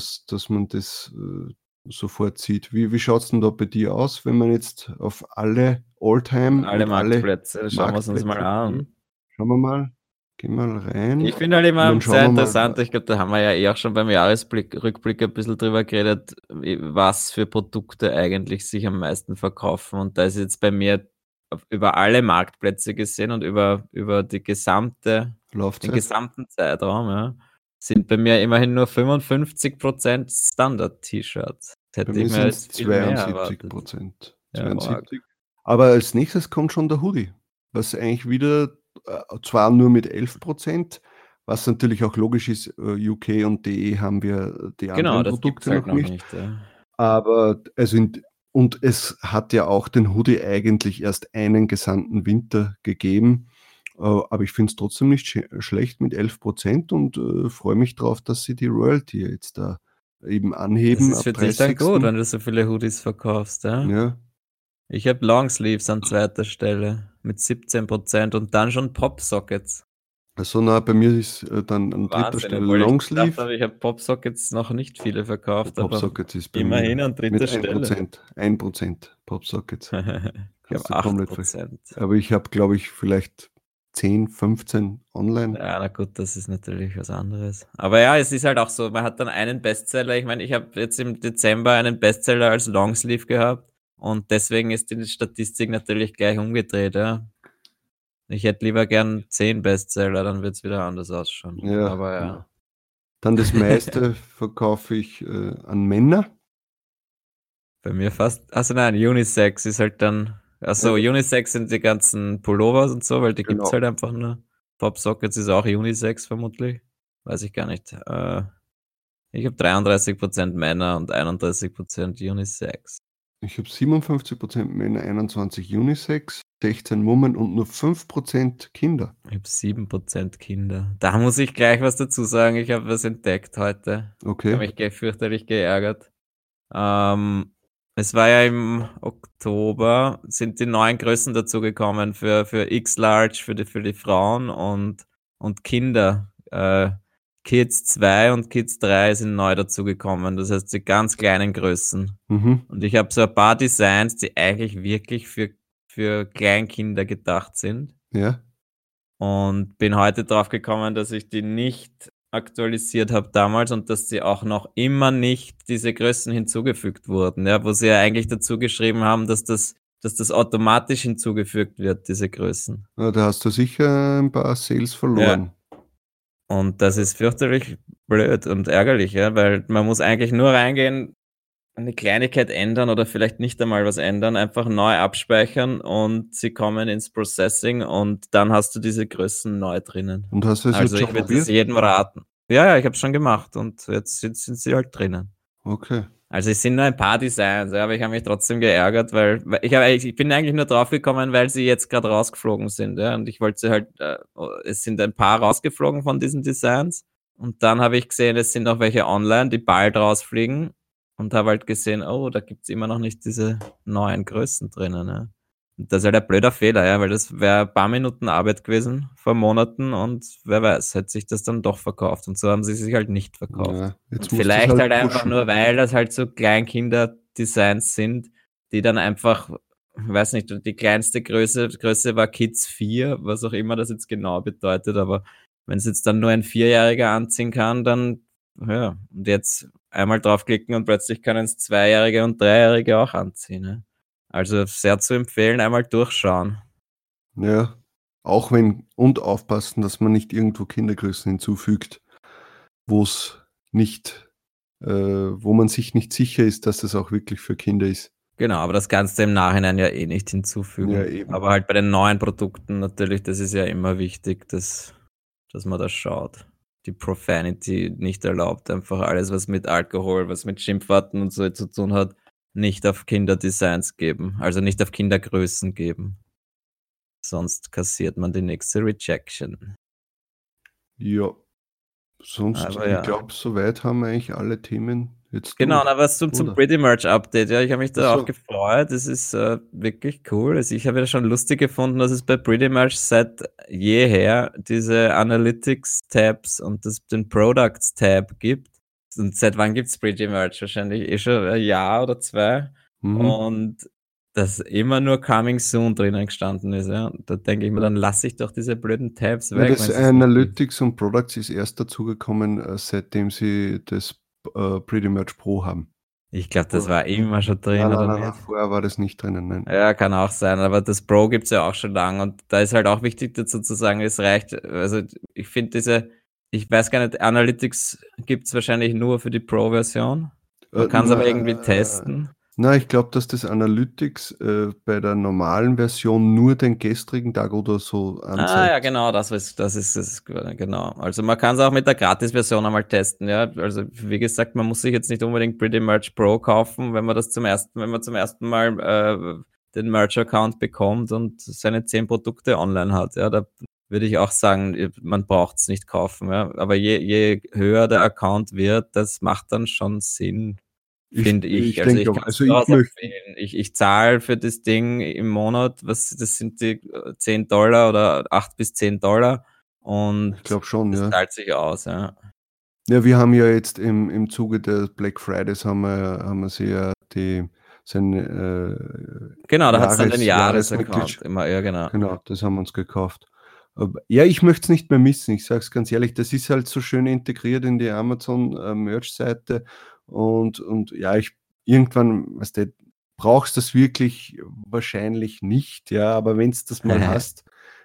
das sofort sieht. Wie schaut es denn da bei dir aus, wenn man jetzt auf alle All-Time alle und alle Marktplätze, schauen wir es uns mal Marktplätze geht? an. Schauen wir mal, gehen mal rein Ich finde halt und dann immer schauen sehr wir mal. interessant, ich glaube, da haben wir ja auch schon beim Jahresrückblick ein bisschen drüber geredet, was für Produkte eigentlich sich am meisten verkaufen. Und da ist jetzt bei mir über alle Marktplätze gesehen und über den gesamten Laufzeit. Zeitraum, ja, sind bei mir immerhin nur 55% Standard-T-Shirts. Das Bei hätte ich mir mir sind es jetzt viel mehr 72 erwartet. Ja, arg. 72. Aber als nächstes kommt schon der Hoodie, was eigentlich wieder, zwar nur mit 11%, was natürlich auch logisch ist, UK und DE haben wir die Genau, anderen das gibt's Produkte halt noch noch nicht. nicht, ja. Aber also und es hat ja auch den Hoodie eigentlich erst einen gesandten Winter gegeben. Aber ich finde es trotzdem nicht schlecht mit 11% und freue mich drauf, dass sie die Royalty jetzt da eben Das anheben ist ab für dich dann gut, 30. wenn du so viele Hoodies verkaufst, ja? Ja, Ich habe Longsleeves an zweiter Stelle mit 17% und dann schon Popsockets. also na, bei mir ist dann an dritter Wahnsinn, Stelle obwohl ich gedacht Longsleeve. habe, ich habe Popsockets noch nicht viele verkauft, aber Popsockets ist bei immerhin mir an dritter mit Stelle. 1%. 1% Popsockets. Ich Kannst habe du komplett ver. 8%. Aber ich habe, glaube ich, vielleicht 10, 15 online. Ja, na gut, das ist natürlich was anderes. Aber ja, es ist halt auch so, man hat dann einen Bestseller. Ich meine, ich habe jetzt im Dezember einen Bestseller als Longsleeve gehabt und deswegen ist die Statistik natürlich gleich umgedreht, ja. Ich hätte lieber gern 10 Bestseller, dann wird es wieder anders ausschauen. Ja, Aber genau. ja. Dann das meiste verkaufe ich an Männer. Bei mir fast. Also nein, Unisex ist halt dann. Ja, Also Unisex sind die ganzen Pullovers und so, weil die gibt's genau. halt einfach nur. Popsockets ist auch Unisex vermutlich. Weiß ich gar nicht. Ich habe 33% Männer und 31% Unisex. Ich habe 57% Männer, 21 Unisex, 16 Women und nur 5% Kinder. Ich habe 7% Kinder. Da muss ich gleich was dazu sagen. Ich habe was entdeckt heute. Ich Okay. habe mich fürchterlich geärgert. Ähm, Es war ja im Oktober, sind die neuen Größen dazugekommen für X-Large, für die Frauen und Kinder. Kids 2 und Kids 3 sind neu dazugekommen. Das heißt, die ganz kleinen Größen. Mhm. Und ich habe so ein paar Designs, die eigentlich wirklich für Kleinkinder gedacht sind. Ja. Und bin heute drauf gekommen, dass ich die nicht aktualisiert habe damals und dass sie auch noch immer nicht diese Größen hinzugefügt wurden, ja, wo sie ja eigentlich dazu geschrieben haben, dass das automatisch hinzugefügt wird, diese Größen. Da hast du sicher ein paar Sales Ja. verloren. Und das ist fürchterlich blöd und ärgerlich, ja, weil man muss eigentlich nur reingehen, eine Kleinigkeit ändern oder vielleicht nicht einmal was ändern, einfach neu abspeichern und sie kommen ins Processing und dann hast du diese Größen neu drinnen. Und hast du es Also jetzt schon ich würde das probiert? jedem raten. Ja, ich habe es schon gemacht und jetzt sind sie halt drinnen. Okay. Also es sind nur ein paar Designs, ja, aber ich habe mich trotzdem geärgert, weil ich bin eigentlich nur drauf gekommen, weil sie jetzt gerade rausgeflogen sind, ja, und ich wollte sie halt, es sind ein paar rausgeflogen von diesen Designs und dann habe ich gesehen, es sind noch welche online, die bald rausfliegen und habe halt gesehen, oh, da gibt's immer noch nicht diese neuen Größen drinnen, ja. Und das ist halt ein blöder Fehler, ja, weil das wäre ein paar Minuten Arbeit gewesen vor Monaten und wer weiß, hätte sich das dann doch verkauft. Und so haben sie sich halt nicht verkauft. Ja, jetzt Und musst du es vielleicht halt halt einfach pushen. nur, weil das halt so Kleinkinder-Designs sind, die dann einfach weiß nicht, die kleinste Größe war Kids 4, was auch immer das jetzt genau bedeutet, aber wenn es jetzt dann nur ein Vierjähriger anziehen kann, dann, ja, und jetzt einmal draufklicken und plötzlich können es Zweijährige und Dreijährige auch anziehen. Ne? Also sehr zu empfehlen, einmal durchschauen. Ja, auch wenn und aufpassen, dass man nicht irgendwo Kindergrößen hinzufügt, wo's nicht wo man sich nicht sicher ist, dass das auch wirklich für Kinder ist. Genau, aber das kannst du im Nachhinein ja eh nicht Ja, hinzufügen. eben. Aber halt bei den neuen Produkten natürlich, das ist ja immer wichtig, dass man da schaut. Die Profanity nicht erlaubt, einfach alles, was mit Alkohol, was mit Schimpfworten und so zu tun hat, nicht auf Kinderdesigns geben, also nicht auf Kindergrößen geben. Sonst kassiert man die nächste Rejection. Ja, sonst, Aber ich ja. glaube, soweit haben wir eigentlich alle Themen jetzt Genau, durch, na, was zum oder? Pretty Merch Update. Ja, ich habe mich Ach da auch so. gefreut. Das ist wirklich cool. Also ich habe ja schon lustig gefunden, dass es bei Pretty Merch seit jeher diese Analytics-Tabs und den Products-Tab gibt. Und seit wann gibt's Pretty Merch? Wahrscheinlich eh schon ein Jahr oder zwei. Mhm. Und dass immer nur Coming Soon drinnen gestanden ist. Ja. Und da denke ich mir, dann lasse ich doch diese blöden Tabs Ja, weg, das wenn es nicht gibt. Analytics und Products ist erst dazugekommen, seitdem sie das Pretty Merch Pro haben. Ich glaube, das Oder? war immer schon drin, Nein, nein, oder nein, nein, nicht? vorher war das nicht drinnen, nein. Ja, kann auch sein, aber das Pro gibt's ja auch schon lang und da ist halt auch wichtig dazu zu sagen, es reicht, also ich finde ich weiß gar nicht, Analytics gibt's wahrscheinlich nur für die Pro-Version. Man kann es aber irgendwie testen. Na, ich glaube, dass das Analytics bei der normalen Version nur den gestrigen Tag oder so Ah ja, anzeigt. genau, das ist es, genau. Also man kann es auch mit der Gratis-Version einmal testen, ja. Also wie gesagt, man muss sich jetzt nicht unbedingt Pretty Merch Pro kaufen, wenn man wenn man zum ersten Mal den Merch-Account bekommt und seine 10 Produkte online hat. Ja, da würde ich auch sagen, man braucht es nicht kaufen, ja. Aber je höher der Account wird, das macht dann schon Sinn, finde ich. Ich Also denke ich auch, kann es also ich durchaus möchte, empfehlen. Ich zahle für das Ding im Monat, das sind die $10 oder $8 bis $10 und ich glaube schon, das ja. zahlt sich aus, ja. Ja, wir haben ja jetzt im Zuge des Black Fridays haben wir sie ja sein Genau, da hat's dann den Jahresaccount Jahresmitgliedschaft, immer, ja genau. genau, das haben wir uns gekauft. Aber, ja, ich möchte es nicht mehr missen, ich sage es ganz ehrlich, das ist halt so schön integriert in die Amazon Merch-Seite und ja, irgendwann, weißt du, brauchst das wirklich wahrscheinlich nicht, ja, aber wenn du das mal hast,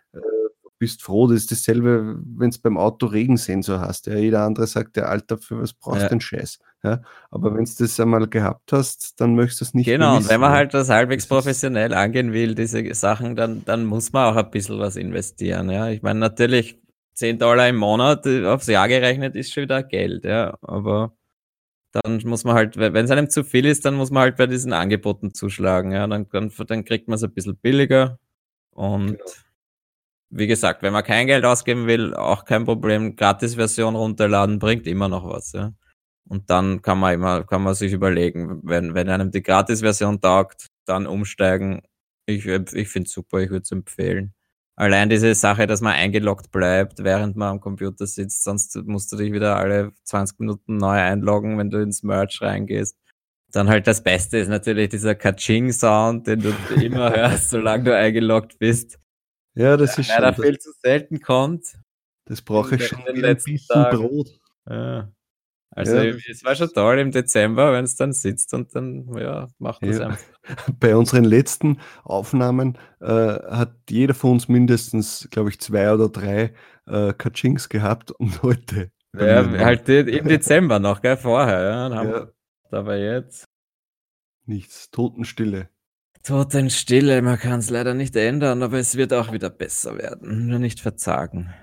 bist froh. Das ist dasselbe, wenn du beim Auto Regensensor hast. Ja, jeder andere sagt, ja, Alter, für was brauchst du Ja. den Scheiß? Ja, aber wenn du das einmal gehabt hast, dann möchtest du es nicht mehr Genau, und wenn missen. man Ja. halt das halbwegs Das ist, professionell angehen will, diese Sachen, dann muss man auch ein bisschen was investieren, ja. Ich meine, natürlich $10 im Monat aufs Jahr gerechnet ist schon wieder Geld, ja. Aber dann muss man halt, wenn es einem zu viel ist, dann muss man halt bei diesen Angeboten zuschlagen, ja. Dann kriegt man es ein bisschen billiger. Und genau. wie gesagt, wenn man kein Geld ausgeben will, auch kein Problem. Gratis-Version runterladen bringt immer noch was, ja. Und dann kann man sich überlegen, wenn einem die Gratis-Version taugt, dann umsteigen. Ich finde es super, ich würde es empfehlen. Allein diese Sache, dass man eingeloggt bleibt, während man am Computer sitzt, sonst musst du dich wieder alle 20 Minuten neu einloggen, wenn du ins Merch reingehst. Dann halt das Beste ist natürlich dieser Kaching-Sound, den du immer hörst, solange du eingeloggt bist. Ja, das ist Leider schon, viel zu selten kommt das brauche ich in schon den wie ein letzten Bissen Tagen. Brot. Ja. Also Ja, es war schon toll im Dezember, wenn es dann sitzt und dann, ja, macht das ja. einfach. Bei unseren letzten Aufnahmen hat jeder von uns mindestens, glaube ich, 2 oder 3 Kachings gehabt und heute bei Ja, mir null. halt im Dezember noch, gell, vorher, ja, dann haben Ja, aber jetzt nichts, Totenstille. Totenstille, man kann es leider nicht ändern, aber es wird auch wieder besser werden, nur nicht verzagen.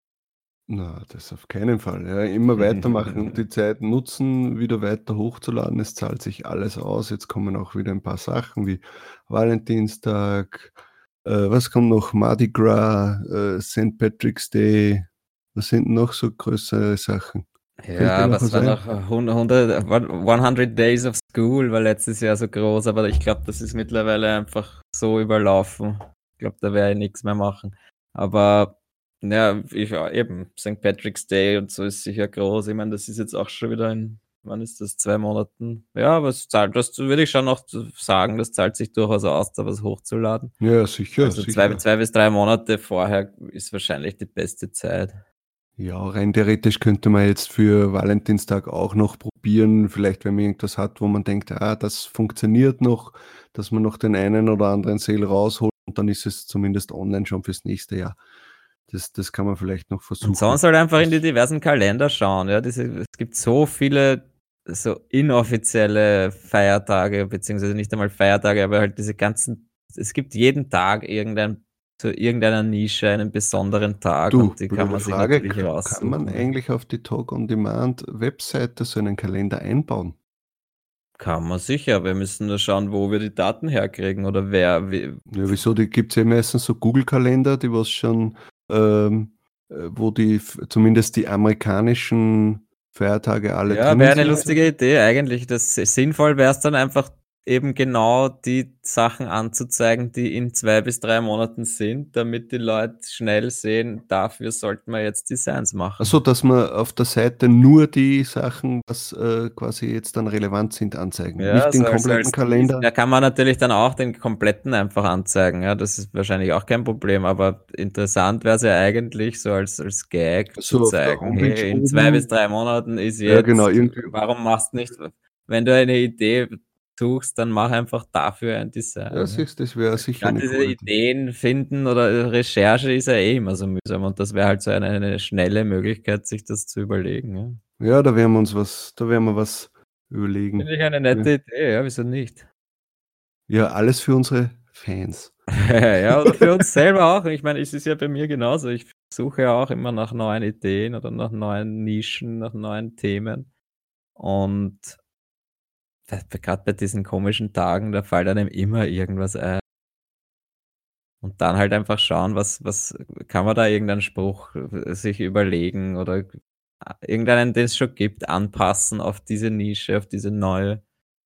Na, das auf keinen Fall. Ja, immer weitermachen und die Zeit nutzen, wieder weiter hochzuladen. Es zahlt sich alles aus. Jetzt kommen auch wieder ein paar Sachen wie Valentinstag, was kommt noch? Mardi Gras, St. Patrick's Day. Was sind noch so größere Sachen? Fällt dir Ja, noch was was war ein? noch? 100 Days of School war letztes Jahr so groß, aber ich glaube, das ist mittlerweile einfach so überlaufen. Ich glaube, da werde ich nichts mehr machen. Aber ja, eben, St. Patrick's Day und so ist sicher groß. Ich meine, das ist jetzt auch schon wieder in wann ist das? 2 Monaten. Ja, aber das würde ich schon noch sagen, das zahlt sich durchaus aus, da was hochzuladen. Ja, sicher, Also sicher. 2 bis 3 Monate vorher ist wahrscheinlich die beste Zeit. Ja, rein theoretisch könnte man jetzt für Valentinstag auch noch probieren, vielleicht wenn man irgendwas hat, wo man denkt, das funktioniert noch, dass man noch den einen oder anderen Sale rausholt und dann ist es zumindest online schon fürs nächste Jahr. Das kann man vielleicht noch versuchen. Und sonst halt einfach in die diversen Kalender schauen. Ja, es gibt so viele so inoffizielle Feiertage, beziehungsweise nicht einmal Feiertage, aber halt diese ganzen, es gibt jeden Tag zu irgendeiner Nische einen besonderen Tag Du, und die kann blöde man sich Frage, natürlich kann man raussuchen. Ja. eigentlich auf die Talk-on-Demand-Webseite so einen Kalender einbauen? Kann man sicher, wir müssen nur schauen, wo wir die Daten herkriegen oder Ja, wieso? Die gibt es ja meistens so Google-Kalender, die was schon, wo die zumindest die amerikanischen Feiertage alle Ja, drinnen wäre eine sind. lustige Idee eigentlich. Sinnvoll wäre es dann einfach eben genau die Sachen anzuzeigen, die in 2 bis 3 Monaten sind, damit die Leute schnell sehen, dafür sollten wir jetzt Designs machen. Also, dass man auf der Seite nur die Sachen, was quasi jetzt dann relevant sind, anzeigen. Ja, Nicht den so kompletten als Kalender. Da kann man natürlich dann auch den kompletten einfach anzeigen. Ja, das ist wahrscheinlich auch kein Problem, aber interessant wäre es ja eigentlich so als Gag zu So auf der zeigen, Homepage hey, in 2 bis oben. 3 Monaten ist Ja, genau, jetzt, irgendwie. warum machst du nicht, wenn du eine Idee suchst, dann mach einfach dafür ein Ja, Design. Ja. siehst, das wäre sicher Gerade eine diese coole Idee. Ideen finden oder Recherche ist ja eh immer so mühsam und das wäre halt so eine schnelle Möglichkeit, sich das zu überlegen. Ja. Ja, da werden wir was überlegen. Finde ich eine nette Idee, ja, wieso nicht? Ja, alles für unsere Fans. Ja, oder für uns selber auch. Ich meine, es ist ja bei mir genauso. Ich suche ja auch immer nach neuen Ideen oder nach neuen Nischen, nach neuen Themen. Und gerade bei diesen komischen Tagen, da fällt einem immer irgendwas ein. Und dann halt einfach schauen, was kann man da irgendeinen Spruch sich überlegen oder irgendeinen, den es schon gibt, anpassen auf diese Nische, auf diese neue.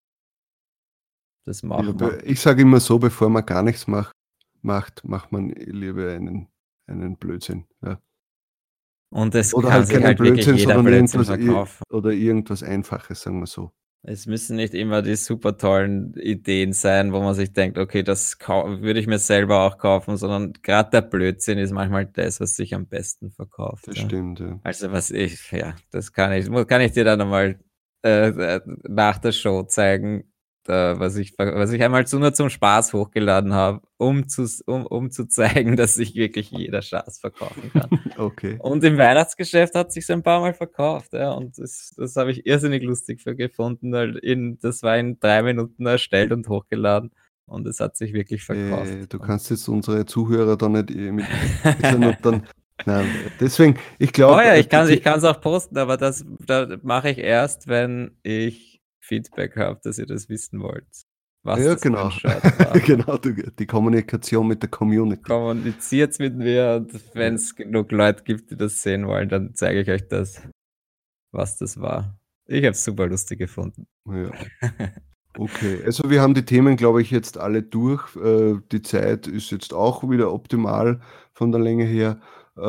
Das Ja, machen wir. ich sage immer so, bevor man gar nichts macht man lieber einen Blödsinn. Ja. Und es Oder kann halt sich keinen halt wirklich Blödsinn, jeder sondern Blödsinn verkaufen. irgendwas Einfaches, sagen wir so. Es müssen nicht immer die super tollen Ideen sein, wo man sich denkt, okay, das würde ich mir selber auch kaufen, sondern gerade der Blödsinn ist manchmal das, was sich am besten verkauft. Das Ja. stimmt, ja. Also das kann ich dir dann einmal nach der Show zeigen, was ich einmal nur zum Spaß hochgeladen habe, um zu zeigen, dass sich wirklich jeder Schatz verkaufen kann. Okay. Und im Weihnachtsgeschäft hat sich ein paar Mal verkauft, ja. Und das habe ich irrsinnig lustig gefunden, weil das war in 3 Minuten erstellt und hochgeladen und es hat sich wirklich verkauft. Du kannst jetzt unsere Zuhörer da nicht mit und dann. Nein, deswegen, ich glaube. Oh ja, ich kann es auch posten, aber da mache ich erst, wenn ich Feedback habe, dass ihr das wissen wollt. Was Ja, das für genau. ein Shirt war. Genau, die Kommunikation mit der Community. Kommuniziert mit mir und wenn es genug Leute gibt, die das sehen wollen, dann zeige ich euch das, was das war. Ich habe es super lustig gefunden. Ja. Okay, also wir haben die Themen, glaube ich, jetzt alle durch. Die Zeit ist jetzt auch wieder optimal von der Länge her.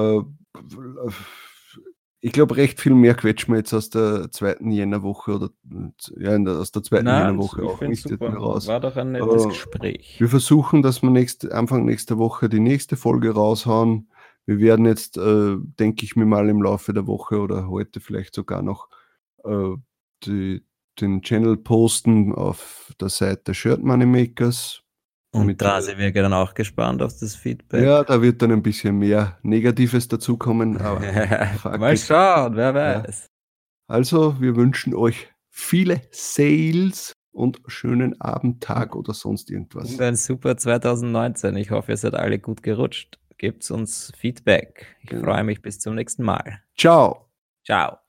Ich glaube, recht viel mehr quetschen wir jetzt aus der zweiten Jännerwoche oder ja, aus der zweiten Jännerwoche ich auch finde es nicht super. mehr raus. War doch ein nettes Gespräch. Wir versuchen, dass wir Anfang nächster Woche die nächste Folge raushauen. Wir werden jetzt, denke ich mir mal, im Laufe der Woche oder heute vielleicht sogar noch den Channel posten auf der Seite Shirt Money Makers. Und da sind wir dann auch gespannt auf das Feedback. Ja, da wird dann ein bisschen mehr Negatives dazukommen. Aber mal schauen, wer weiß. Ja. Also, wir wünschen euch viele Sales und schönen Abend, Tag oder sonst irgendwas. Und ein super 2019. Ich hoffe, ihr seid alle gut gerutscht. Gebt uns Feedback. Ich freue mich bis zum nächsten Mal. Ciao. Ciao.